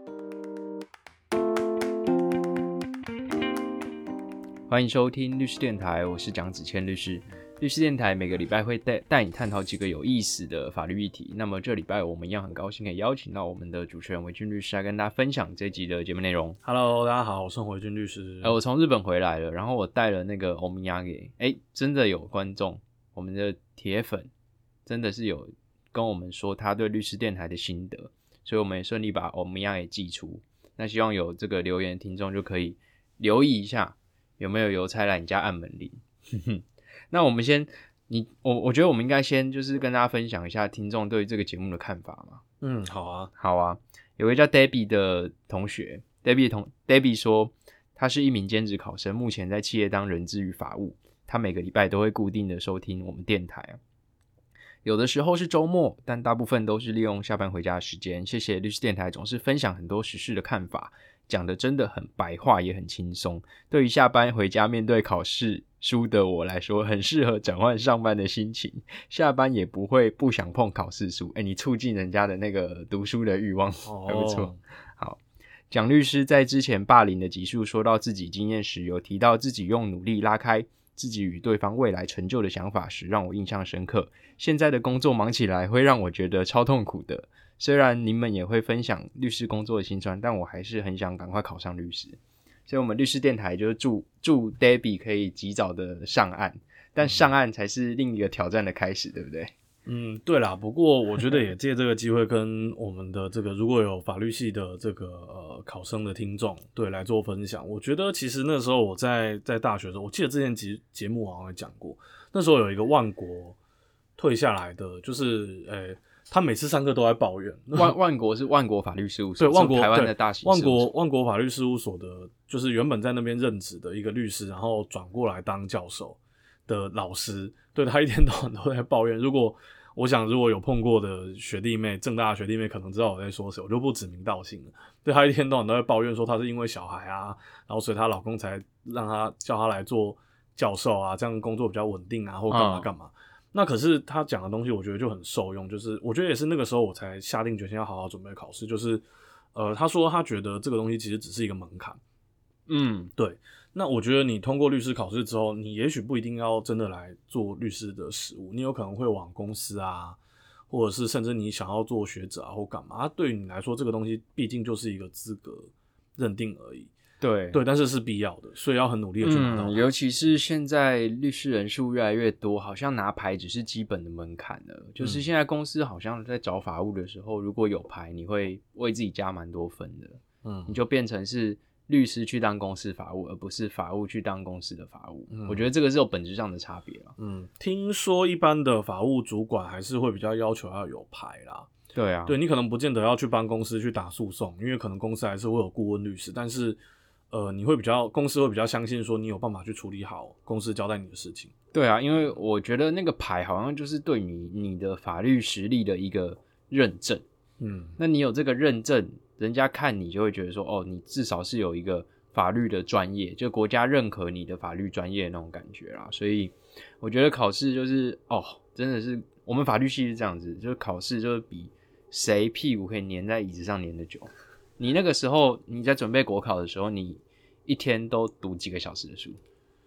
欢迎收听律师电台，我是蒋子谦律师。律师电台每个礼拜会带你探讨几个有意思的法律议题。那么这礼拜我们一样很高兴可以邀请到我们的主持人维俊律师来跟大家分享这集的节目内容。 Hello， 大家好，我是维俊律师。 我从日本回来了，然后我带了那个欧米亚给，真的有观众，我们的铁粉真的是有跟我们说他对律师电台的心得，所以我们也顺利把欧米亚给寄出。那希望有这个留言的听众就可以留意一下。有没有邮差来你家按门铃？那我们先，我觉得我们应该先就是跟大家分享一下听众对于这个节目的看法嘛。 好啊， 好啊。有位叫 Debbie 的同学 ，Debbie 说，他是一名兼职考生，目前在企业当人资与法务。他每个礼拜都会固定的收听我们电台啊，有的时候是周末，但大部分都是利用下班回家的时间。谢谢律师电台总是分享很多时事的看法。讲的真的很白话，也很轻松。对于下班回家面对考试书的我来说，很适合转换上班的心情。下班也不会不想碰考试书。你促进人家的那个读书的欲望，还不错。好，蒋律师在之前霸凌的集数说到自己经验时，有提到自己用努力拉开自己与对方未来成就的想法时，让我印象深刻。现在的工作忙起来会让我觉得超痛苦的。虽然你们也会分享律师工作的辛酸，但我还是很想赶快考上律师。所以我们律师电台就是祝 Debbie 可以及早的上岸，但上岸才是另一个挑战的开始，对不对？ 对啦，不过我觉得也借这个机会跟我们的这个如果有法律系的这个考生的听众对来做分享。我觉得其实那时候我在大学的时候，我记得之前节目好像也讲过，那时候有一个万国退下来的，就是他每次上课都在抱怨。 万国是万国法律事务所， 对，万国台湾的大型事务所。 万国法律事务所的，就是原本在那边任职的一个律师，然后转过来当教授的老师。对，他一天到晚都在抱怨。我想如果有碰过的学弟妹，政大的学弟妹可能知道我在说谁，我就不指名道姓了。对，他一天到晚都在抱怨说他是因为小孩啊，然后所以她老公才叫他来做教授啊，这样工作比较稳定啊，或干嘛干嘛。那可是他讲的东西，我觉得就很受用，就是我觉得也是那个时候我才下定决心要好好准备考试。就是他说他觉得这个东西其实只是一个门槛。对。那我觉得你通过律师考试之后，你也许不一定要真的来做律师的实务，你有可能会往公司啊，或者是甚至你想要做学者啊或干嘛。对于你来说，这个东西毕竟就是一个资格认定而已。对，但是是必要的，所以要很努力的去拿到。 尤其是现在律师人数越来越多，好像拿牌只是基本的门槛了。就是现在公司好像在找法务的时候，如果有牌，你会为自己加蛮多分的。你就变成是律师去当公司法务，而不是法务去当公司的法务。我觉得这个是有本质上的差别啦。 听说一般的法务主管还是会比较要求要有牌啦。 对啊， 对，你可能不见得要去帮公司去打诉讼，因为可能公司还是会有顾问律师，但是公司会比较相信说你有办法去处理好公司交代你的事情。 对啊，因为我觉得那个牌好像就是对你的法律实力的一个认证。那你有这个认证，人家看你就会觉得说，你至少是有一个法律的专业，就国家认可你的法律专业那种感觉啦。所以我觉得考试就是真的是我们法律系是这样子，就是考试就是比谁屁股可以粘在椅子上粘得久。你那个时候你在准备国考的时候，你一天都读几个小时的书？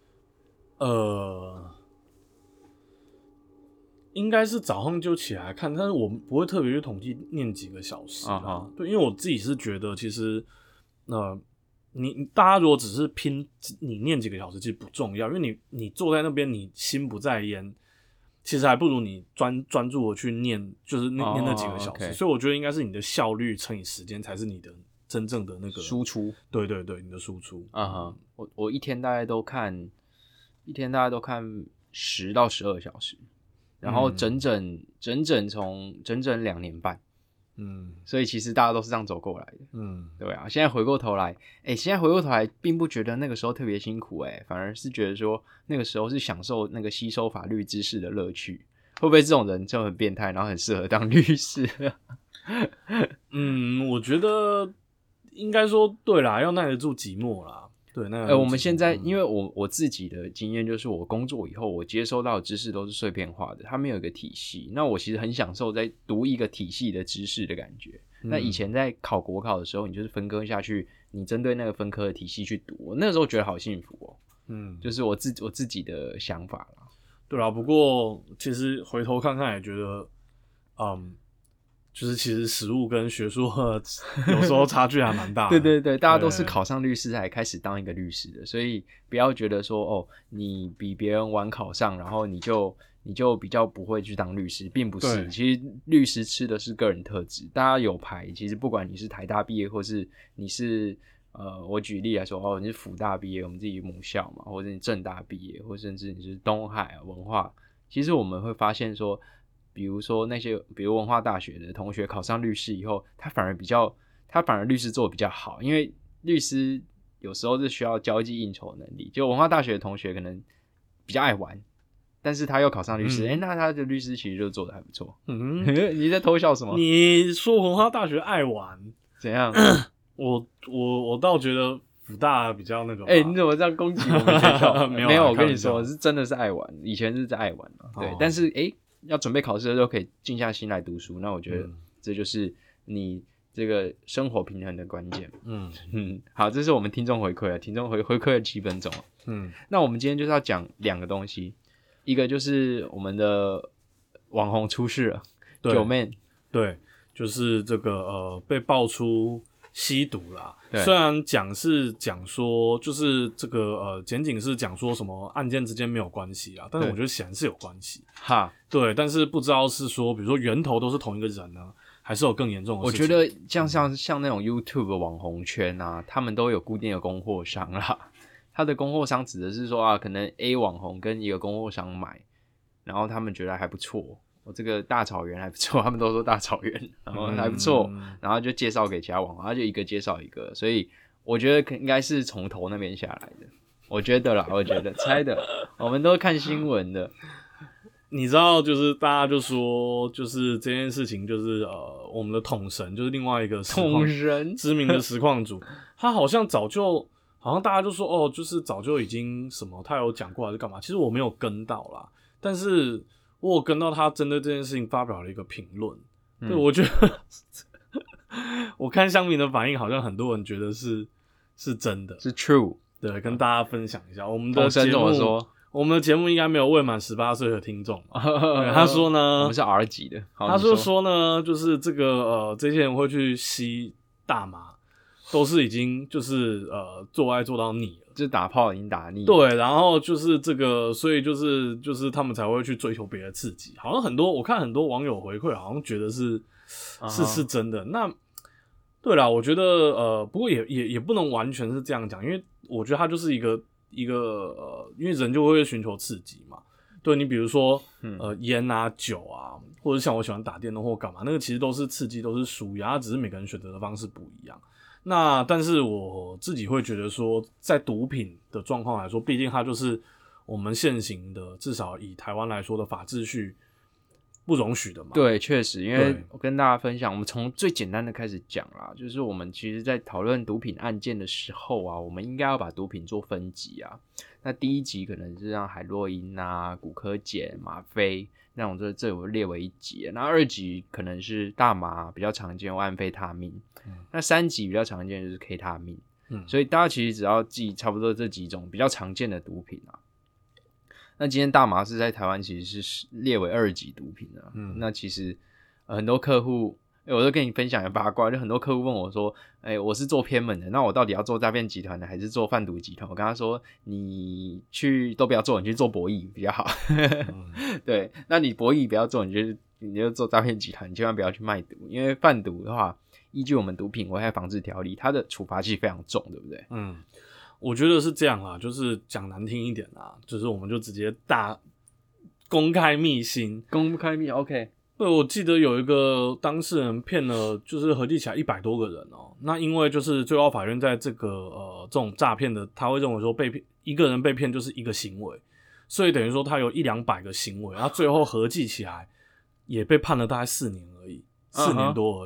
应该是早上就起来看，但是我不会特别去统计念几个小时啦。对，因为我自己是觉得其实大家如果只是拼你念几个小时其实不重要，因为你坐在那边你心不在焉，其实还不如你专注的去念，就是念那几个小时。所以我觉得应该是你的效率乘以时间才是你的真正的那个输出。对， 你的输出。 我一天大概都看10到12小时，然后整整2年半。所以其实大家都是这样走过来的。对啊，现在回过头来并不觉得那个时候特别辛苦，反而是觉得说那个时候是享受那个吸收法律知识的乐趣。会不会这种人就很变态，然后很适合当律师？ 我觉得应该说对啦，要耐得住寂寞啦。 对，那我们现在因为我自己的经验就是，我工作以后，我接收到的知识都是碎片化的，它没有一个体系。那我其实很享受在读一个体系的知识的感觉。那以前在考国考的时候，你就是分科下去，你针对那个分科的体系去读，我那个时候觉得好幸福哦。就是我自己的想法啦。 对啦，不过其实回头看看也觉得，就是其实实务跟学术有时候差距还蛮大的。 对对对，大家都是考上律师才开始当一个律师的，所以不要觉得说哦，你比别人晚考上，然后你就比较不会去当律师，并不是。其实律师吃的是个人特质，大家有牌，其实不管你是台大毕业，或是你是我举例来说，哦，你是辅大毕业，我们自己母校嘛，或者你政大毕业，或甚至你是东海文化，其实我们会发现说。比如说那些，比如文化大学的同学考上律师以后，他反而律师做得比较好，因为律师有时候是需要交际应酬的能力。就文化大学的同学可能比较爱玩，但是他又考上律师，那他的律师其实就做得还不错。你在偷笑什么？ 你说文化大学爱玩怎样？ 我倒觉得辅大比较那个。 你怎么这样攻击我们学校？没有，我跟你说，是真的是爱玩，以前是在爱玩嘛。对，但是要准备考试的时候可以静下心来读书，那我觉得这就是你这个生活平衡的关键。好，这是我们听众回馈了，听众回馈了7分钟。那我们今天就是要讲2个东西，一个就是我们的网红出事了，9man， 对，就是这个被爆出吸毒啦。虽然是讲说，就是这个检警是讲说什么案件之间没有关系啦，但是我觉得显然是有关系。对，但是不知道是说，比如说源头都是同一个人呢，还是有更严重的事情。 我觉得像那种 YouTube 的网红圈啊，他们都有固定的供货商啦。他的供货商指的是说可能 A 网红跟一个供货商买，然后他们觉得还不错。我这个大草原还不错，他们都说大草原，然后还不错，然后就介绍给其他网红，他就一个介绍一个，所以我觉得应该是从头那边下来的，我觉得猜的，我们都看新闻的。 你知道，就是大家就说，就是这件事情，就是我们的统神，就是另外一个统神知名的实况主，他好像大家就说就是早就已经什么，他有讲过还是干嘛？其实我没有跟到啦，但是我有跟到他针对这件事情发表了一个评论。对，我觉得我看乡民的反应，好像很多人觉得是真的， 是 true。 对，跟大家分享一下我们的节目。 怎么说？ 我们的节目应该没有未满18岁的听众。他说呢， 我们是 R 级的。 他说呢，就是这个这些人会去吸大麻，都是已经就是做爱做到腻了， 就是打炮已经打腻了。 对，然后就是这个，所以就是他们才会去追求别的刺激。好像我看很多网友回馈，好像觉得是真的。那对啦，我觉得不过也不能完全是这样讲，因为我觉得它就是一个因为人就会寻求刺激嘛。对，你比如说烟啊、酒啊，或者像我喜欢打电动或干嘛，那个其实都是刺激，都是舒压，只是每个人选择的方式不一样。那但是我自己会觉得说，在毒品的状况来说，毕竟它就是我们现行的，至少以台湾来说的法秩序不容许的嘛。 对，确实，因为我跟大家分享，我们从最简单的开始讲啦，就是我们其实在讨论毒品案件的时候啊，我们应该要把毒品做分级啊。那第一级可能是像海洛因啊、古柯碱、吗啡那种，这有列为1级。那2级可能是大麻比较常见，或安非他命。那3级比较常见就是 K 他命。所以大家其实只要记差不多这几种比较常见的毒品啊。那今天大麻是在台湾其实是列为2级毒品的。那其实很多客户，我就跟你分享一个八卦，就很多客户问我说，我是做偏门的，那我到底要做诈骗集团的还是做贩毒集团？我跟他说，你都不要做，你去做博弈比较好。对，那你博弈不要做，你就做诈骗集团，你千万不要去卖毒，因为贩毒的话，依据我们毒品危害防治条例，它的处罚其实非常重，对不对？ 我觉得是这样啦，就是讲难听一点啦，就是我们就直接公开密信 ，OK。 对，我记得有一个当事人骗了，就是合计起来100多个人哦。那因为就是最高法院在这个这种诈骗的，他会认为说一个人被骗就是一个行为，所以等于说他有100-200个行为，然后最后合计起来也被判了大概4年而已，4年多而已。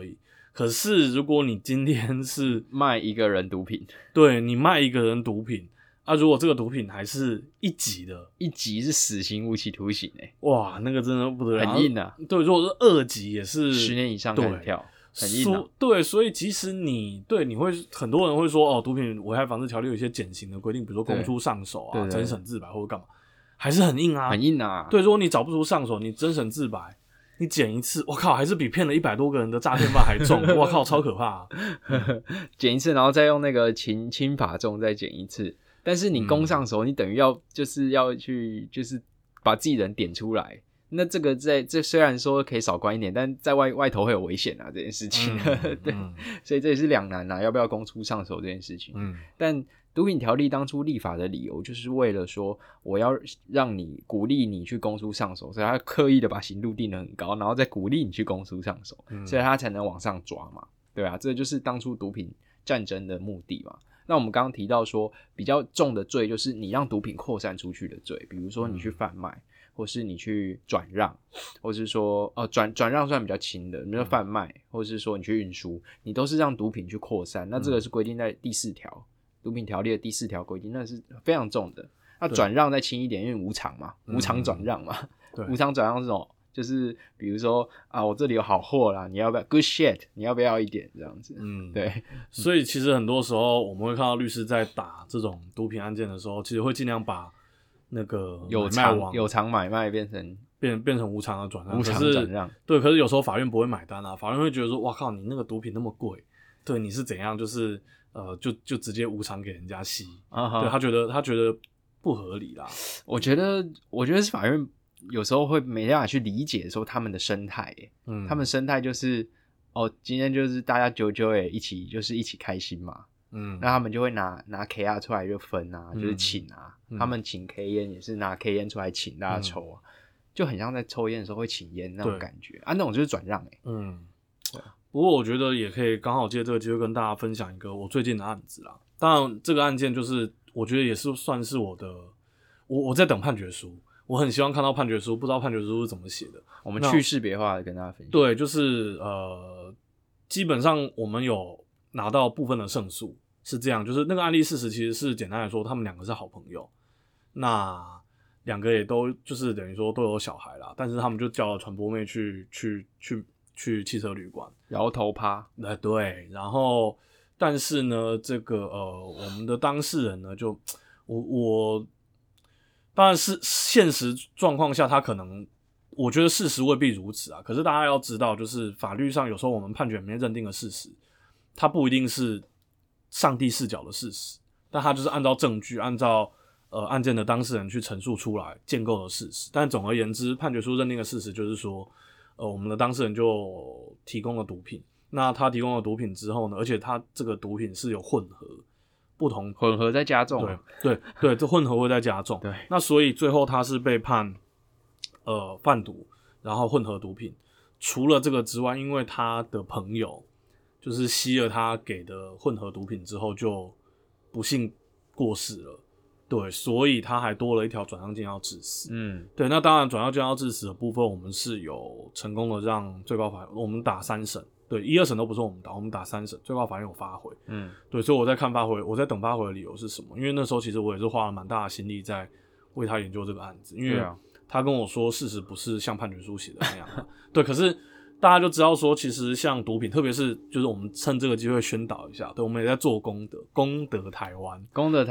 可是如果你今天是卖一个人毒品， 对你卖一个人毒品啊，如果这个毒品还是1级的 1级是死刑无期徒刑哇，那个真的不得了， 很硬啊。 对，如果是2级也是 10年以上干跳，很硬啊。 对，所以即使你会很多人会说哦，毒品危害防治条例有一些减刑的规定，比如说公出上手啊、侦审自白或者干嘛，还是很硬啊， 很硬啊。 对，如果你找不出上手，你侦审自白，你检一次，我靠，还是比骗了100多个人的诈骗犯还重，我靠，超可怕啊！ 检一次，然后再用那个轻法重再检一次，但是你攻上手，你等于就是要去就是把自己人点出来。那这个这虽然说可以少关一点，但在外头会有危险啊，这件事情。对，所以这也是两难啊，要不要公出上手这件事情。但毒品条例当初立法的理由，就是为了说我要让你鼓励你去公出上手，所以他刻意的把刑度定得很高，然后再鼓励你去公出上手，所以他才能往上抓嘛。对啊，这就是当初毒品战争的目的嘛。那我们刚刚提到说，比较重的罪就是你让毒品扩散出去的罪，比如说你去贩卖，或是你去转让，或是说转让算比较轻的，比如说贩卖，或是说你去运输，你都是让毒品去扩散。那这个是规定在第4条。毒品条例的第4条规定，那是非常重的。那转让再轻一点，因为无偿嘛，无偿转让嘛。无偿转让这种，就是比如说啊，我这里有好货啦，你要不要 good shit？ 你要不要一点这样子？对。 所以其实很多时候我们会看到律师在打这种毒品案件的时候，其实会尽量把那个有偿买卖变成无偿的转让， 无偿转让。 对，可是有时候法院不会买单啊，法院会觉得说，哇靠，你那个毒品那么贵，对，你是怎样？就是就直接无偿给人家吸，对，他觉得不合理啦。 我觉得是法院有时候会没办法去理解说他们的生态他们生态就是今天就是大家揪一起开心嘛。那他们就会拿 KR 出来就分啊，就是请啊，他们请 K 烟也是拿 K 烟出来请大家抽啊，就很像在抽烟的时候会请烟那种感觉啊，那种就是转让对。 不过我觉得也可以刚好借这个机会跟大家分享一个我最近的案子啦。当然这个案件就是我觉得也是算是我在等判决书，我很希望看到判决书，不知道判决书是怎么写的。 我们去识别化的跟大家分享。 对，就是基本上我们有拿到部分的胜诉，是这样，就是那个案例事实其实是简单来说，他们2个是好朋友，那2个也都就是等于说都有小孩啦，但是他们就叫了传播妹去汽车旅馆摇头趴。 对，然后但是呢，这个我们的当事人呢，就我当然是现实状况下，他可能我觉得事实未必如此啊。可是大家要知道，就是法律上有时候我们判决里面认定的事实，它不一定是上帝视角的事实，但它就是按照证据，按照案件的当事人去陈述出来建构的事实。但总而言之，判决书认定的事实就是说，我们的当事人就提供了毒品。那他提供了毒品之后呢，而且他这个毒品是有混合在加重。 对，这混合会在加重。 对， 那所以最后他是被判贩毒，然后混合毒品。除了这个之外，因为他的朋友就是吸了他给的混合毒品之后，就不幸过世了。对，所以他还多了一条转让监要致死。对，那当然转让监要致死的部分，我们是有成功的让最高法院，我们打3审，对，1、2审都不是我们打3审，最高法院有发回。对，所以我在等发回的理由是什么？因为那时候其实我也是花了蛮大的心力在为他研究这个案子，因为他跟我说事实不是像判决书写的那样。对，可是大家就知道说，其实像毒品，特别是就是我们趁这个机会宣导一下，对，我们也在做功德台湾，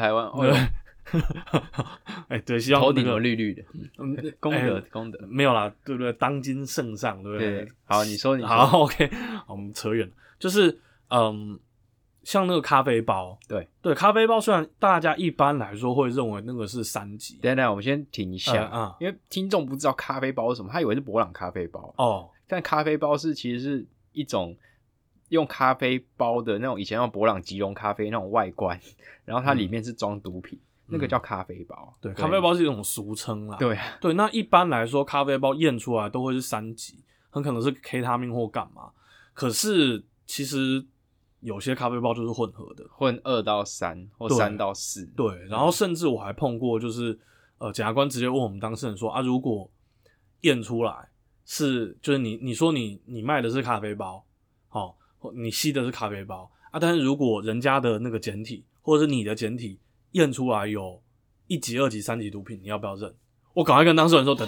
对，希望头顶有绿绿的，功德没有啦，对不对？当今圣上，对不对？ 好，你说， 好 ，OK， 好，我们扯远了，就是像那个咖啡包，对，咖啡包虽然大家一般来说会认为那个是3级， 等等，我们先停一下，因为听众不知道咖啡包是什么，他以为是伯朗咖啡包但咖啡包其实是一种用咖啡包的那种，以前用伯朗即溶咖啡那种外观，然后它里面是装毒品。那个叫咖啡包， 对，咖啡包是一种俗称啦。 对， 那一般来说，咖啡包验出来都会是3级，很可能是 K 他命或干嘛。可是其实有些咖啡包就是混合的， 混2到3或3到4。 对，然后甚至我还碰过，就是检察官直接问我们当事人说啊，如果验出来就是你说你卖的是咖啡包， 你吸的是咖啡包啊，但是如果人家的那个检体或者是你的检体验出来有1级、2级、3级毒品，你要不要认？我赶快跟当事人说，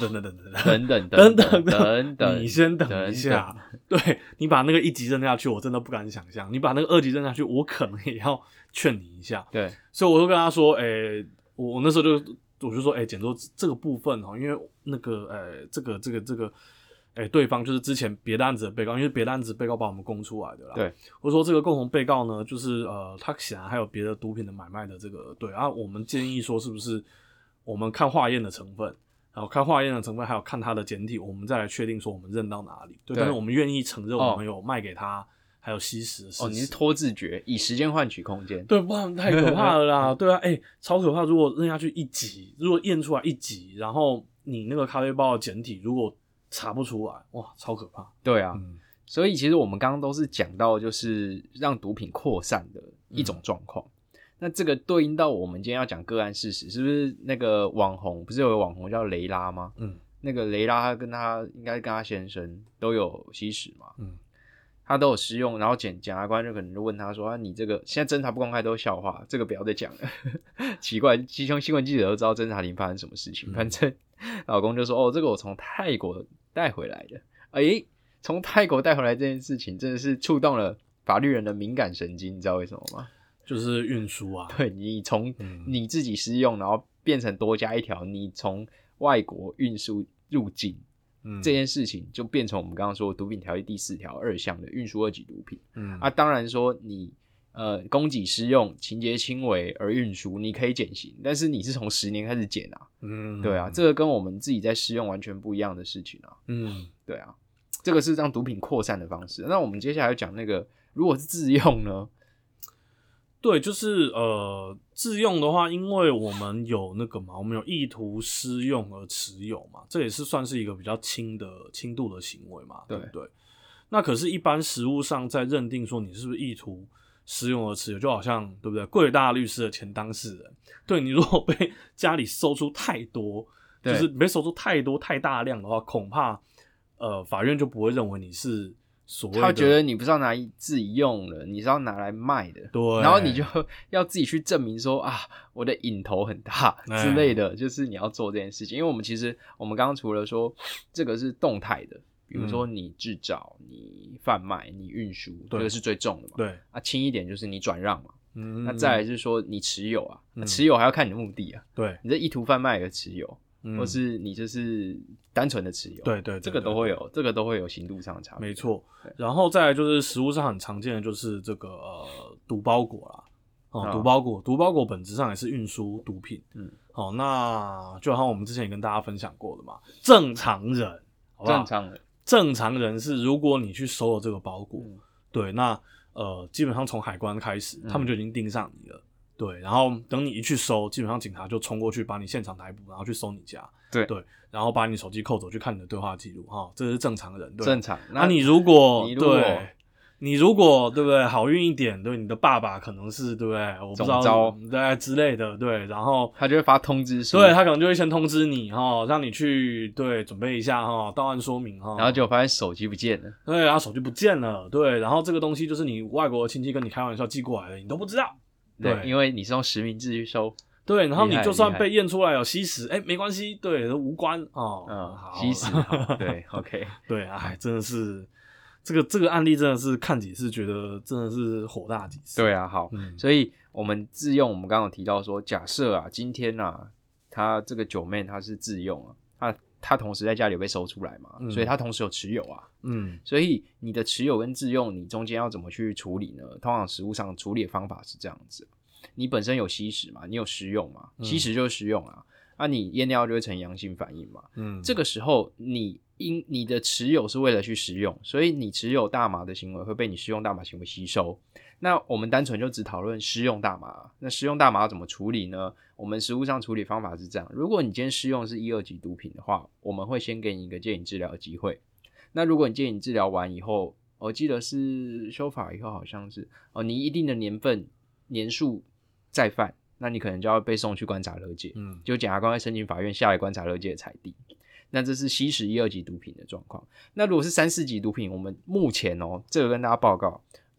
等，你先等一下。对，你把那个1级认下去，我真的不敢想象；你把那个2级认下去，我可能也要劝你一下。 对， 所以我就跟他说，我那时候我就说，检桌这个部分因为那个这个对方就是之前别的案子的被告，因为别的案子被告把我们供出来的啦。 对， 我说这个共同被告呢，就是他显然还有别的毒品的买卖的这个对啊，我们建议说是不是我们看化验的成分，然后看化验的成分，还有看他的检体，我们再来确定说我们认到哪里。对，但是我们愿意承认我们有卖给他，还有吸食的事实。 你是拖字诀，以时间换取空间。 对，不然太可怕了啦。对啊，超可怕！如果认下去1级，如果验出来1级，然后你那个咖啡包的检体如果查不出来，哇，超可怕。 对啊，所以其实我们刚刚都是讲到就是让毒品扩散的一种状况。那这个对应到我们今天要讲个案事实，是不是那个网红不是有个网红叫雷拉吗？那个雷拉他应该跟他先生都有吸食嘛，他都有施用，然后检察官就可能就问他说：“啊，你这个现在侦查不公开都是笑话，这个不要再讲了。”奇怪，新闻记者都知道侦查庭发生什么事情，反正老公就说：“哦，这个我从泰国带回来的。”从泰国带回来这件事情真的是触动了法律人的敏感神经，你知道为什么吗？ 就是运输啊， 对，你从你自己施用，然后变成多加一条，你从外国运输入境。这件事情就变成我们刚刚说毒品条例第4条2项的运输2级毒品。当然说你供给施用情节轻微而运输，你可以减刑，但是你是从10年开始减啊。对啊，这个跟我们自己在施用完全不一样的事情啊。对啊，这个是让毒品扩散的方式。那我们接下来讲那个，如果是自用呢？ 对，就是自用的话，因为我们有那个嘛，我们有意图施用而持有嘛，这也是算是一个比较轻度的行为嘛，对不对？那可是，一般实务上在认定说你是不是意图施用而持有，就好像对不对？贵大律师的前当事人，对你如果被家里搜出太多，就是没搜出太多太大量的话，恐怕法院就不会认为你是。 他觉得你不是要拿自己用了，你是要拿来卖的， 对， 然后你就要自己去证明说啊，我的瘾头很大之类的，就是你要做这件事情。因为我们刚刚除了说这个是动态的，比如说你制造、你贩卖、你运输，这个是最重的嘛。 对啊，轻一点就是你转让嘛。那再来是说你持有啊，持有还要看你的目的啊。 对， 你这意图贩卖的持有。或是你就是单纯的持有， 对， 这个都会有刑度上的差别， 没错。然后再来就是实务上很常见的就是这个毒包裹啦，毒包裹本质上也是运输毒品，那就好像我们之前也跟大家分享过的嘛，正常人，好不好？正常人是如果你去收了这个包裹，对，那基本上从海关开始，他们就已经盯上你了。对，然后等你一去收，基本上警察就冲过去把你现场逮捕，然后去搜你家。对，然后把你手机扣走，去看你的对话记录。这是正常人。对， 正常。 那你如果对不对，好运一点，对，你的爸爸可能是对不对？我不知道对之类的，对，然后他就会发通知书， 对他可能就会先通知你让你去准备一下到案说明然后就发现手机不见了， 对，然后手机不见了，对，然后这个东西就是你外国的亲戚跟你开玩笑寄过来的，你都不知道。 对，因为你是用实名制去收， 对，然后你就算被验出来有吸食，没关系，对，都无关好吸食，对 ，OK， 对，真的是这个案例真的是看几次觉得真的是火大几次。 对啊，好，所以我们自用，我们刚刚有提到说，假设啊，今天啊，他这个九妹她是自用啊，他同时在家里有被搜出来嘛，所以他同时有持有啊，所以你的持有跟自用，你中间要怎么去处理呢？通常实务上处理的方法是这样子，你本身有吸食嘛，你有食用嘛，吸食就是食用啊，你验尿就会呈阳性反应嘛，这个时候你的持有是为了去食用，所以你持有大麻的行为会被你食用大麻行为吸收。那我们单纯就只讨论施用大麻，那施用大麻要怎么处理呢？我们实务上处理方法是这样，如果你今天施用是1、2级毒品的话，我们会先给你一个戒瘾治疗的机会。那如果你戒瘾治疗完以后，我记得是修法以后好像是你一定的年数再犯，那你可能就要被送去观察勒戒，就检察官会申请法院下来观察勒戒的裁定。那这是吸食1、2级毒品的状况。那如果是3、4级毒品，我们目前这个跟大家报告，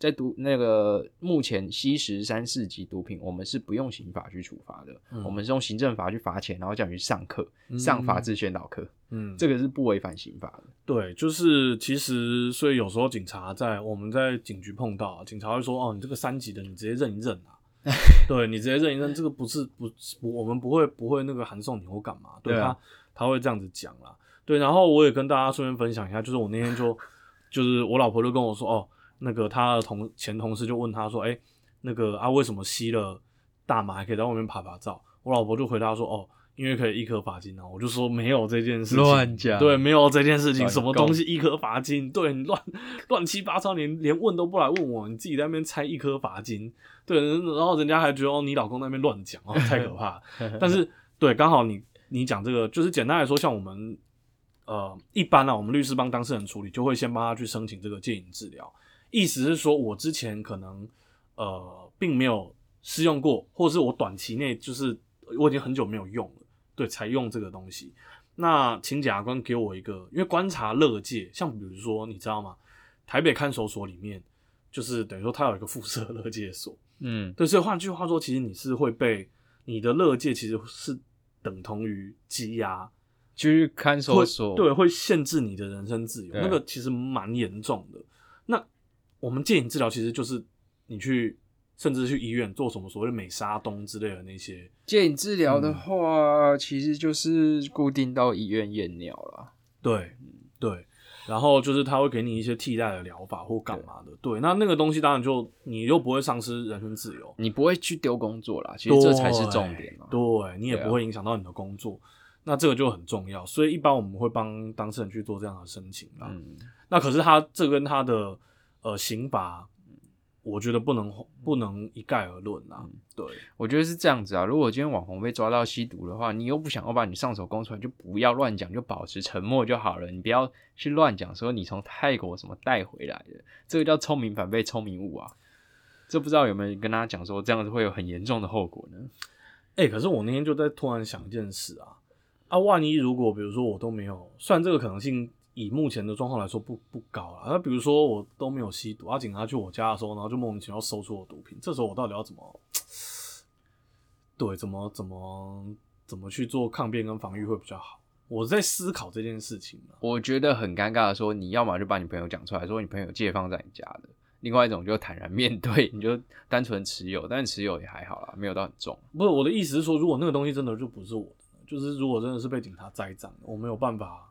在那个目前吸食3、4级毒品，我们是不用刑法去处罚的，我们是用行政法去罚钱，然后叫你去上课，上法治宣导课，这个是不违反刑法的。 对，就是其实所以有时候我们在警局碰到，警察会说哦，你这个3级的你直接认一认啊。对，你直接认一认，这个我们不会那个函送你或干嘛，对啊，他会这样子讲啦。对，然后我也跟大家顺便分享一下，就是我那天就是我老婆就跟我说，哦，那个他的前同事就问他说，那个啊为什么吸了大麻还可以在外面拍照？我老婆就回答说，哦，因为可以1颗罚金啊。我就说没有这件事情， 乱讲， 对，没有这件事情，什么东西1颗罚金？对，你乱七八糟，连问都不来问我，你自己在那边猜1颗罚金，对，然后人家还觉得哦你老公在那边乱讲哦，太可怕了。但是对，刚好你讲这个，就是简单来说，像我们一般啊，我们律师帮当事人处理，就会先帮他去申请这个戒瘾治疗。意思是说，我之前可能并没有试用过，或者是我短期内就是我已经很久没有用了，对，才用这个东西。那请检察官给我一个，因为观察勒戒，像比如说你知道吗？台北看守所里面，就是等于说它有一个附设勒戒所，对，所以换句话说，其实你是会被你的勒戒其实是等同于羁押。 去看守所， 对，会限制你的人身自由，那个其实蛮严重的。那我们戒瘾治疗其实就是你甚至去医院做什么所谓的美沙东之类的那些戒瘾治疗的话，其实就是固定到医院验尿啦。 对，对，然后就是他会给你一些替代的疗法或干嘛的。对，那个东西当然你又不会丧失人身自由， 你不会去丢工作啦，其实这才是重点嘛。 对，你也不会影响到你的工作。那这个就很重要，所以一般我们会帮当事人去做这样的申请啦。那可是这跟他的刑罚，我觉得不能一概而论啦。对， 我觉得是这样子啊。如果今天网红被抓到吸毒的话，你又不想要把你上手供出来，就不要乱讲，就保持沉默就好了。你不要去乱讲说你从泰国什么带回来的，这个叫聪明反被聪明误啊。这不知道有没有跟他讲说这样子会有很严重的后果呢？ 可是我那天就在突然想一件事啊，万一如果比如说我都没有，虽然这个可能性以目前的状况来说不高啦，那比如说我都没有吸毒，警察去我家的时候，然后就莫名其妙搜出我毒品，这时候我到底要怎么去做抗辩跟防御会比较好？我在思考这件事情我觉得很尴尬的说，你要么就把你朋友讲出来，说你朋友借放在你家的。另外一种就坦然面对，你就单纯持有，但是持有也还好啦，没有到很重。 不是，我的意思是说，如果那个东西真的就不是我的，就是如果真的是被警察栽赃，我没有办法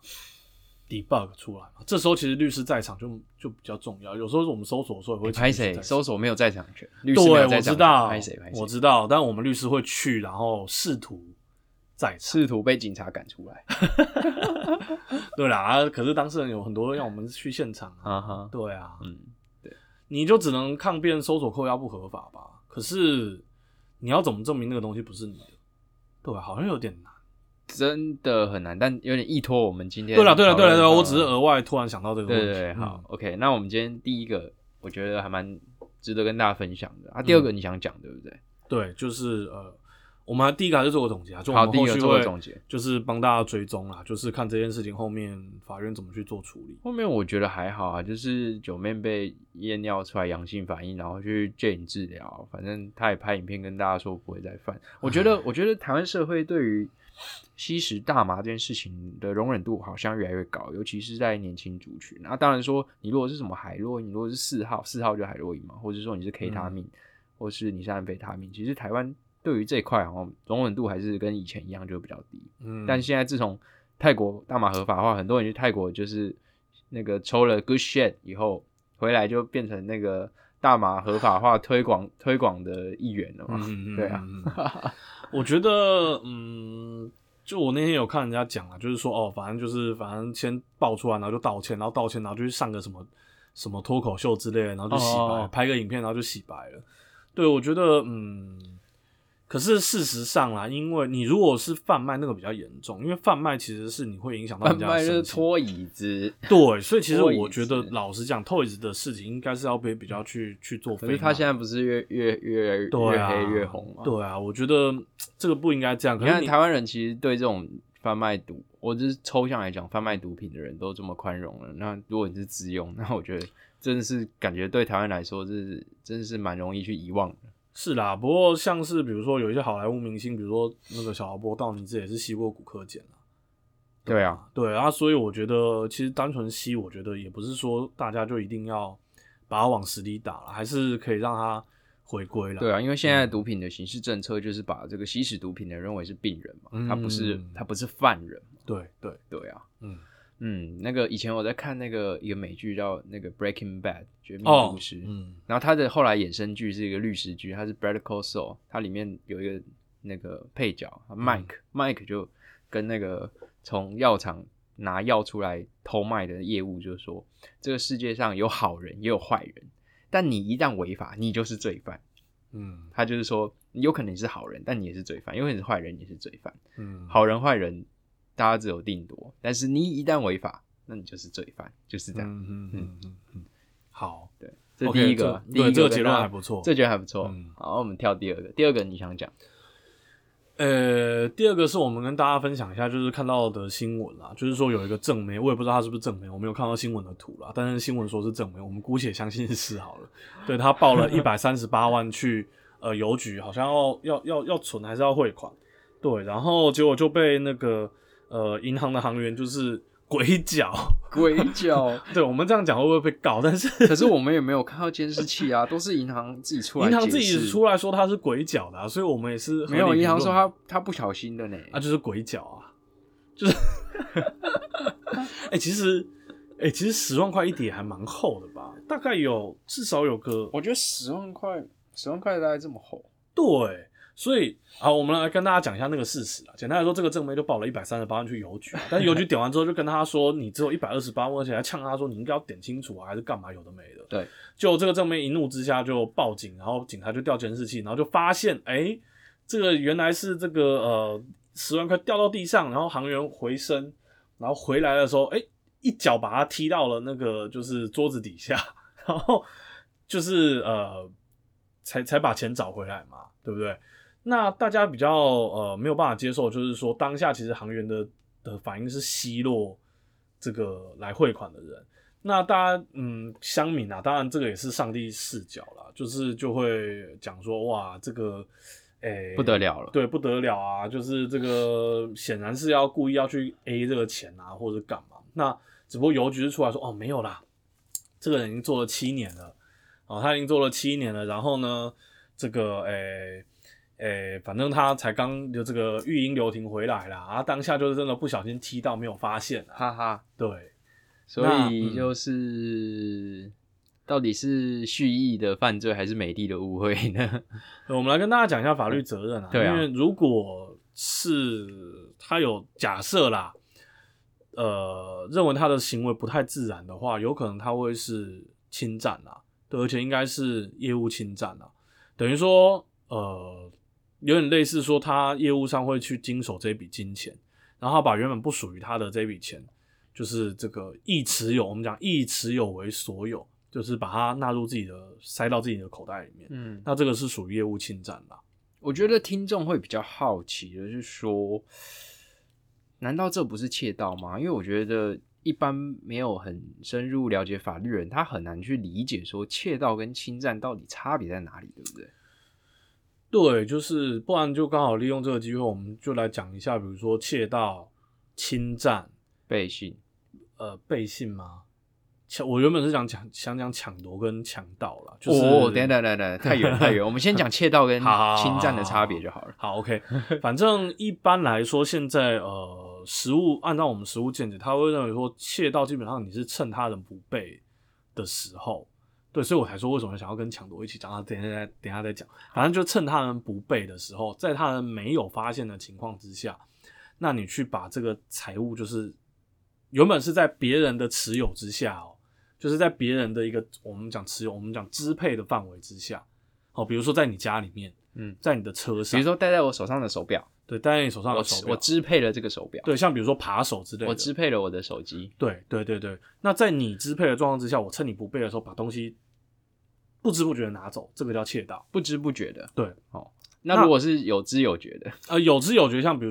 debug 出来嘛，这时候其实律师在场就比较重要。有时候我们搜索的时候也会拍谁搜索没有在场权，律师没有在场权，拍谁， 我知道，但我们律师会去，然后试图被警察赶出来。 对啦，可是当事人有很多让我们去现场啊，对啊， 对， 你就只能抗辩搜索扣押不合法吧？可是你要怎么证明那个东西不是你的？对，好像有点难。 真的很难，但有点依托我们今天。 对了，我只是额外突然想到这个问题。 对，好，OK， 那我们今天第一个，我觉得还蛮值得跟大家分享的。第二个你想讲对不对？ 对，就是我们第一个还是做个总结啊，就我们后续做个总结， 就是帮大家追踪啦，就是看这件事情后面法院怎么去做处理。 后面我觉得还好啊，就是九妹被验尿出来阳性反应，然后去戒瘾治疗，反正他也拍影片跟大家说不会再犯。我觉得台湾社会对于吸食大麻这件事情的容忍度好像越来越高，尤其是在年轻族群。那当然说，你如果是什么海洛因，你如果是4号就海洛因嘛，或者说你是 K 他命，或是你是安非他命，其实台湾对于这一块好像容忍度还是跟以前一样，就比较低。但现在自从泰国大麻合法化，很多人去泰国就是那个抽了 good shit 以后回来就变成那个大麻合法化推广的一员了嘛。对啊。 我觉得就我那天有看人家讲啦，就是说反正先爆出来，然后就道歉，然后就去上个什么脱口秀之类的，然后就洗白，拍个影片然后就洗白了。对，我觉得可是事实上啦，因为你如果是贩卖那个比较严重，因为贩卖其实是你会影响到人家的贩卖就是拖椅子。 对，所以其实我觉得老实讲，拖椅子的事情应该是要比较去做非。 可是他现在不是越黑越红吗？ 对啊，我觉得这个不应该这样。可是你看台湾人其实对这种贩卖我就是抽象来讲，贩卖毒品的人都这么宽容了，那如果你是自用，那我觉得真的是感觉对台湾来说，真的是蛮容易去遗忘的。 是啦，不过像是比如说有一些好莱坞明星，比如说那个小劳勃道尼这也是吸过古柯碱啦。 对啊， 对啊，所以我觉得其实单纯吸，我觉得也不是说大家就一定要把它往死里打了，还是可以让它回归了。 对啊，因为现在毒品的刑事政策就是把这个吸食毒品的人认为是病人嘛，他不是犯人嘛。 对啊，那个以前我在看那个一个美剧叫那个 Breaking Bad 绝命毒师，然后他的后来衍生剧是一个律师剧，他是 Better Call Saul， 它里面有一个那个配角 Mike 就跟那个从药厂拿药出来偷卖的业务就说，这个世界上有好人也有坏人，但你一旦违法，你就是罪犯。他就是说，有可能你是好人，但你也是罪犯；有可能你是坏人，你也是罪犯。好人坏人大家只有定夺，但是你一旦违法，那你就是罪犯，就是这样。 好， 对，这第一个， 对，这个结论还不错， 这觉得还不错。好，我们跳第二个，第二个你想讲？ 第二个是我们跟大家分享一下，就是看到的新闻啦，就是说有一个正妹，我也不知道她是不是正妹，我没有看到新闻的图啦，但是新闻说是正妹，我们姑且相信是好了。对，她报了138万去邮局，好像要存还是要汇款，对，然后结果就被那个银行的行员就是鬼脚，对，我们这样讲会不会被告？但是可是我们也没有看到监视器啊，都是银行自己出来解释， 银行自己出来说他是鬼脚的、啊，所以我们也是没有银行说他不小心的呢， 就是鬼脚啊，就是其实10万块一叠还蛮厚的吧，大概至少有个， 我觉得10万块大概这么厚， 对。所以好，我们来跟大家讲一下那个事实啦。简单来说，这个正妹就报了138万去邮局，但是邮局点完之后就跟他说，你只有128万，而且还呛他说你应该要点清楚啊，还是干嘛有的没的。 对， 就这个正妹一怒之下就报警，然后警察就调监视器，然后就发现，这个原来是这个10万块掉到地上，然后行员回身，然后回来的时候，一脚把他踢到了那个就是桌子底下，然后就是才把钱找回来嘛，对不对？那大家比较没有办法接受，就是说当下其实行员的反应是奚落这个来汇款的人。那大家乡民啊，当然这个也是上帝视角啦，就会讲说哇这个不得了了， 对，不得了啊，就是这个显然是要故意要去 A 这个钱啊，或者干嘛。那只不过邮局是出来说没有啦，这个人已经做了7年了，他已经做了7年了，然后呢这个反正他才刚有这个育婴留停回来啦，当下就是真的不小心踢到没有发现啦， 哈哈， 对， 所以就是到底是蓄意的犯罪还是美帝的误会呢？ 我们来跟大家讲一下法律责任啊， 对啊， 因为如果是他有假设啦，认为他的行为不太自然的话，有可能他会是侵占啦，对，而且应该是业务侵占啦，等于说有点类似说他业务上会去经手这笔金钱，然后他把原本不属于他的这笔钱，就是这个易持有，我们讲易持有为所有，就是把它纳入塞到自己的口袋里面。那这个是属于业务侵占啦。 我觉得听众会比较好奇的是说，难道这不是窃盗吗？因为我觉得一般没有很深入了解法律人，他很难去理解说窃盗跟侵占到底差别在哪里，对不对？ 对，就是不然就刚好利用这个机会，我们就来讲一下，比如说窃盗、侵占、 背信， 背信吗？我原本是想讲抢夺跟强盗啦，就是等，太远，我们先讲窃盗跟侵占的差别就好了。 好 ，OK， 反正一般来说，现在按照我们实务见解，他会认为说窃盗基本上你是趁他人不备的时候。对，所以我才说为什么想要跟抢夺一起讲，等一下再讲。反正就趁他人不备的时候，在他人没有发现的情况之下，那你去把这个财物，就是原本是在别人的持有之下就是在别人的一个我们讲持有，我们讲支配的范围之下，比如说在你家里面，在你的车上， 比如说戴在我手上的手表， 对，戴在你手上的手表， 我支配了这个手表， 对，像比如说扒手之类的， 我支配了我的手机， 对。那在你支配的状况之下，我趁你不备的时候把东西不知不觉的拿走，这个叫窃盗， 不知不觉的， 对， 那如果是有知有觉的， 有知有觉，像比如说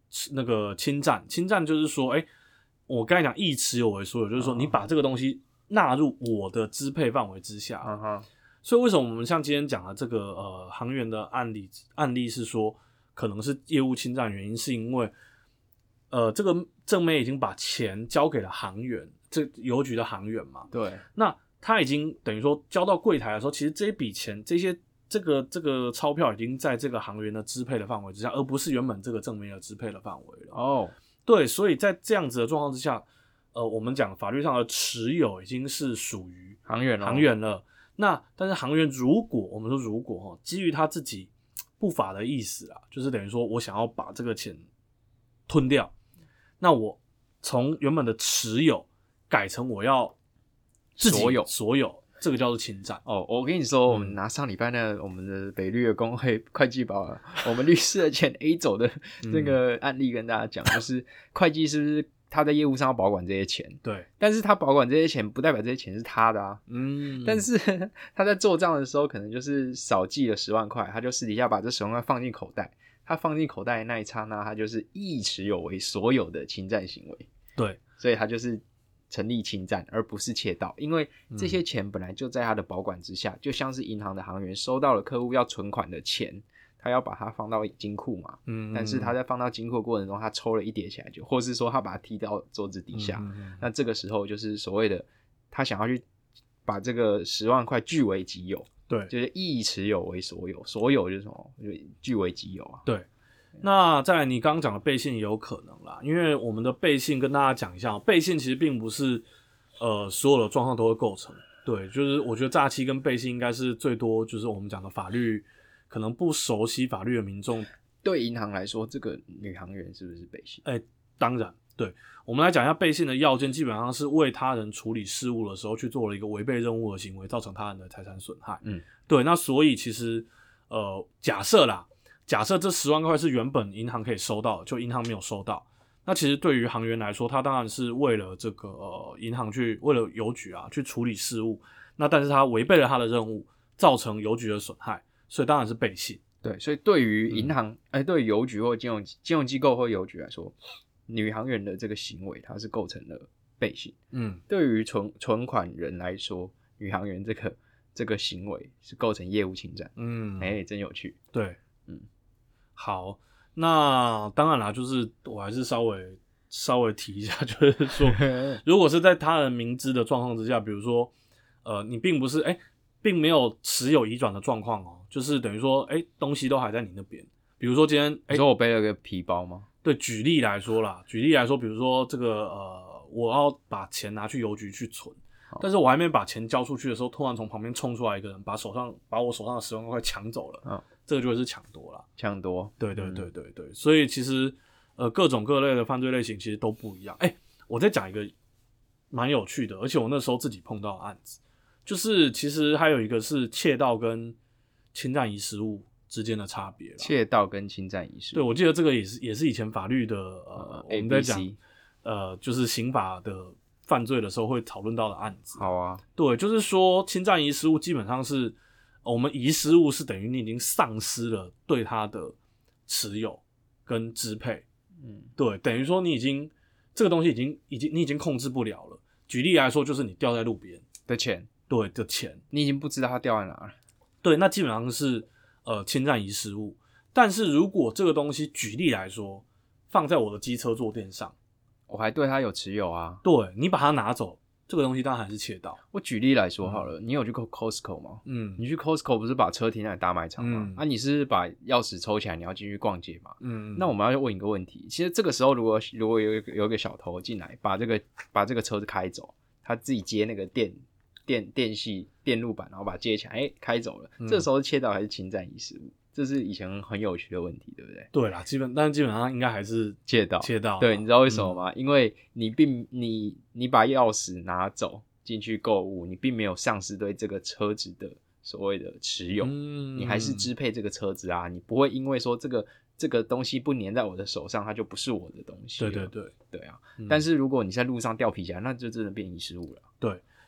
那个侵占，侵占就是说，我刚才讲亦持有为所有，就是说你把这个东西纳入我的支配范围之下。所以为什么我们像今天讲的这个航员的案例是说可能是业务侵占，原因是因为这个正妹已经把钱交给了航员，这邮局的航员嘛。 对， 那他已经等于说交到柜台的时候，其实这一笔钱这个钞票已经在这个航员的支配的范围之下，而不是原本这个正妹的支配的范围了。对，所以在这样子的状况之下，我们讲法律上的持有已经是属于航员了。那但是航员如果我们说如果基于他自己不法的意思啊，就是等于说我想要把这个钱吞掉，那我从原本的持有改成我要自己所有，这个叫做侵占。 我跟你说，我们拿上礼拜我们的北律的公会会计把我们律师的钱 A 走的这个案例跟大家讲，就是会计是不是他在业务上要保管这些钱？ 对， 但是他保管这些钱不代表这些钱是他的啊。但是他在做账的时候，可能就是少记了10万块，他就私底下把这10万块放进口袋。他放进口袋的那一刹那，他就是亦持有为所有的侵占行为。 对， 所以他就是成立侵占，而不是窃盗，因为这些钱本来就在他的保管之下，就像是银行的行员收到了客户要存款的钱，他要把它放到金库嘛，但是他在放到金库的过程中，他抽了一叠起来，或是说他把它踢到桌子底下，那这个时候就是所谓的他想要去把这个10万块据为己有， 对， 就是亦持有为所有，所有就是什么，就据为己有啊。 对，那再来你刚刚讲的背信也有可能啦，因为我们的背信跟大家讲一下，背信其实并不是所有的状况都会构成。对，就是我觉得诈欺跟背信应该是最多就是我们讲的法律可能不熟悉法律的民众， 对银行来说，这个女行员是不是背信？ 当然，对，我们来讲一下背信的要件，基本上是为他人处理事务的时候去做了一个违背任务的行为，造成他人的财产损害。对，那所以其实假设这10万块是原本银行可以收到的，就银行没有收到，那其实对于行员来说，他当然是为了这个银行为了邮局去处理事务，那但是他违背了他的任务，造成邮局的损害，所以当然是背信。 对，所以对于银行对于邮局或金融机构或邮局来说，女行员的这个行为它是构成了背信。对于存款人来说，女行员这个行为是构成业务侵占。真有趣。 对，好，那当然啦，就是我还是稍微提一下，就是说，如果是在他人明知的状况之下，比如说，你并不是并没有持有移转的状况就是等于说，东西都还在你那边。比如说今天， 你说我背了个皮包吗？ 对，举例来说，比如说这个我要把钱拿去邮局去存，但是我还没把钱交出去的时候，突然从旁边冲出来一个人，把我手上的10万块抢走了，这个就会是抢夺啦。 抢夺， 对，所以其实各种各类的犯罪类型其实都不一样。我再讲一个蛮有趣的，而且我那时候自己碰到的案子，就是其实还有一个是窃盗跟侵占遗失物之间的差别啦。 窃盗跟侵占遗失物， 对，我记得这个也是以前法律的我们在讲就是刑法的犯罪的时候会讨论到的案子。 好啊， 对，就是说侵占遗失物基本上是我们遗失物是等于你已经丧失了对它的持有跟支配。对，等于说你已经这个东西你已经控制不了了。举例来说，就是你掉在路边的钱， 对的钱， 你已经不知道它掉在哪了。 对，那基本上是侵占遗失物。但是如果这个东西举例来说放在我的机车坐垫上， 我还对它有持有啊。 对，你把它拿走，这个东西当然还是窃盗。 我举例来说好了，你有去过 Costco 吗？你去 Costco 不是把车停在大卖场吗？你是把钥匙抽起来，你要进去逛街嘛？那我们要问一个问题，其实这个时候如果有一个小偷进来，把这个车子开走，他自己接那个电系电路板，然后把它接起来，开走了。这时候是窃盗还是侵占遗失物？这是以前很有趣的问题，对不对？ 对啦，但是基本上应该还是窃盗。 对，你知道为什么吗？因为你把钥匙拿走进去购物，你并没有丧失对这个车子的所谓的持有，你还是支配这个车子啊。你不会因为说这个东西不粘在我的手上，它就不是我的东西了。 对啊。 但是如果你在路上掉皮夹，那就真的变遗失物了。 对。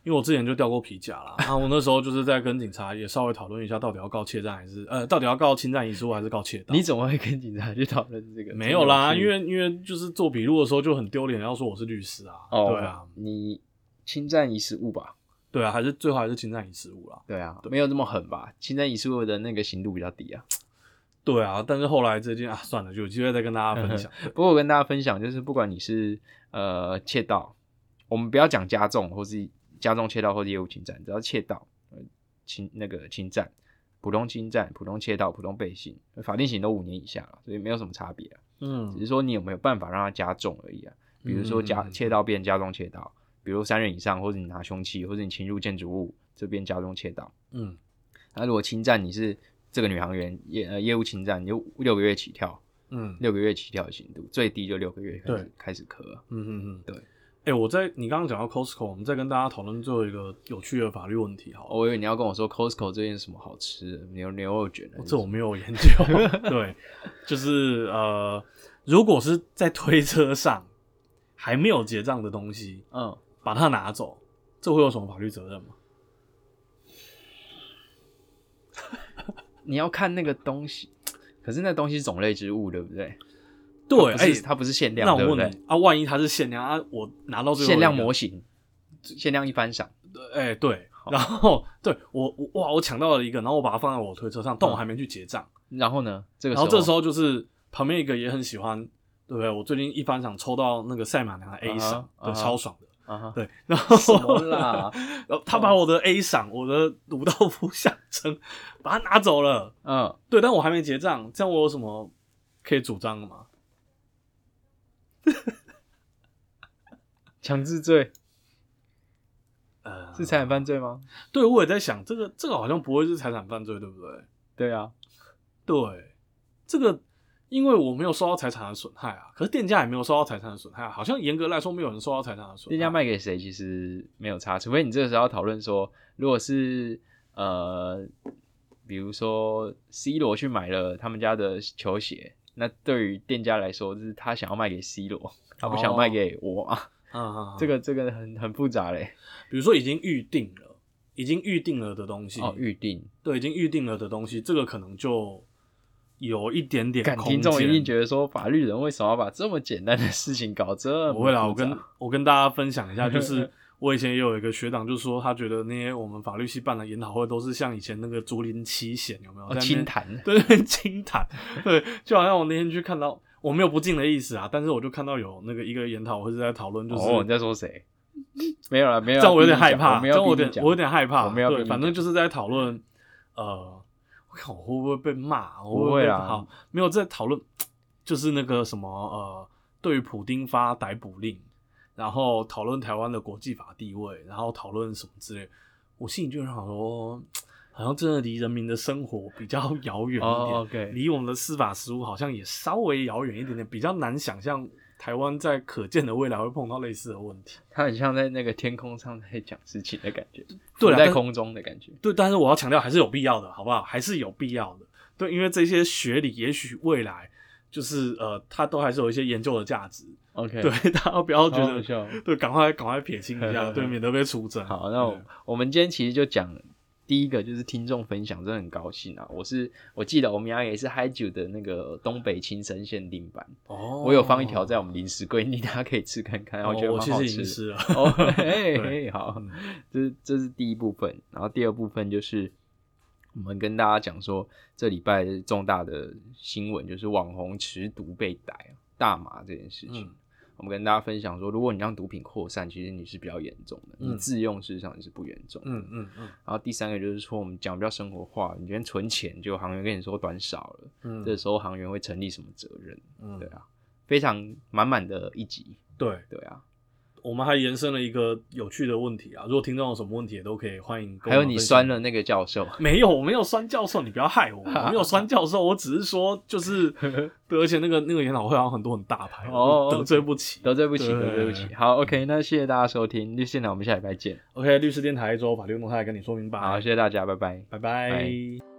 因为我之前就掉过皮夹啦，然后我那时候就是在跟警察也稍微讨论一下，到底要告窃占还是到底要告侵占遗失物还是告窃盗？ 你怎么会跟警察去讨论这个？ 没有啦，因为就是做笔录的时候就很丢脸，要说我是律师啊。对啊， 你侵占遗失物吧？ 对啊，最后还是侵占遗失物啦。 对啊，没有这么狠吧？侵占遗失物的那个刑度比较低啊。 对啊，但是后来这件算了，就有机会再跟大家分享。 不过我跟大家分享，就是不管你是窃盗，我们不要讲加重或是加重窃盗或是业务侵占，只要窃盗、侵占、普通侵占、普通窃盗、普通背信，法定刑都5年以下了，所以没有什么差别啊。只是说你有没有办法让它加重而已啊。比如说窃盗变加重窃盗，比如3人以上，或者你拿凶器，或者你侵入建筑物，这边加重窃盗。那如果侵占你是这个女行员业务侵占，你就6个月起跳，6个月起跳的刑度，最低就6个月开始科。 对。你刚刚讲到 Costco， 我们再跟大家讨论最后一个有趣的法律问题好了。 我以为你要跟我说 Costco 这件什么好吃的牛肉卷这我没有研究。对，就是如果是在推车上还没有结账的东西，把它拿走，这会有什么法律责任吗？ 你要看那个东西，可是那东西是种类之物，对不对？ 对， 它不是限量， 那我问你对不对？ 啊，万一它是限量啊，我拿到最后限量模型，限量一番赏。 对，然后对我抢到了一个，然后我把它放在我推车上，但我还没去结账。 然后呢，然后这时候就是旁边一个也很喜欢，对不对？我最近一番赏抽到那个赛马娘的 A 赏，对，超爽的。对，然后什么啦？ 然后他把我的 A 赏，我的鲁道夫象征，把它拿走了。对，但我还没结账，这样我有什么可以主张的吗？ 强制罪，是财产犯罪吗？ 对，我也在想，这个好像不会是财产犯罪，对不对？ 对啊， 对，这个。因为我没有受到财产的损害啊，可是店家也没有受到财产的损害啊，好像严格来说没有人受到财产的损害。 店家卖给谁其实没有差，除非你这个时候要讨论说，如果是比如说 C 罗去买了他们家的球鞋，那对于店家来说，就是他想要卖给 C 罗，他不想卖给我啊。这个很复杂嘞。 比如说已经预定了的东西， 预定， 对，已经预定了的东西，这个可能就有一点点空间。 听众一定觉得说，法律人为什么要把这么简单的事情搞这么复杂？ 不会啦，我跟大家分享一下，就是我以前也有一个学长，就说他觉得那些我们法律系办的研讨会都是像以前那个竹林七贤有没有？ 清谈， 对，清谈，对，就好像我那天去看到，我没有不敬的意思啊，但是我就看到有那个一个研讨会是在讨论，就是你在说谁？没有啦，没有。 这样我有点害怕， 这样我有点害怕。对，反正就是在讨论，我看我会不会被骂？ 不会啦， 好，没有在讨论，就是那个什么对于普丁发逮捕令，然后讨论台湾的国际法地位，然后讨论什么之类，我心里就想说，好像真的离人民的生活比较遥远一点，离我们的司法实务好像也稍微遥远一点点，比较难想象台湾在可见的未来会碰到类似的问题。 它很像在那个天空上在讲事情的感觉， 对， 在空中的感觉。 对，但是我要强调还是有必要的，好不好？还是有必要的。对，因为这些学理也许未来就是它都还是有一些研究的价值。 OK， 对，大家不要觉得对，赶快撇清一下，对，免得被出征。 好，那我们今天其实就讲。第一个就是听众分享，真的很高兴啊！我记得我们也是嗨酒的那个东北青森限定版我有放一条在我们零食柜里，大家可以吃看看，我觉得蛮好吃的。 我其实已经吃了。 好，这是第一部分，然后第二部分就是我们跟大家讲说，这礼拜重大的新闻就是网红持毒被逮大麻这件事情。我们跟大家分享说，如果你让毒品扩散，其实你是比较严重的，你自用事实上你是不严重的。然后第三个就是说，我们讲比较生活化，你今天存钱，就行员跟你说短少了，这时候行员会成立什么责任？对啊，非常满满的一集。对啊。 我们还延伸了一个有趣的问题啊！如果听众有什么问题，也都可以欢迎跟我们。 还有你酸了那个教授？ 没有，我没有酸教授，你不要害我。我没有酸教授，我只是说，就是对，而且那个研讨会好像很多很大牌，得罪不起。 好 ，OK， 那谢谢大家收听律师电台，我们下礼拜见。 OK， 律师电台一周法律动态跟你说明白。 好，谢谢大家，拜拜， 拜拜。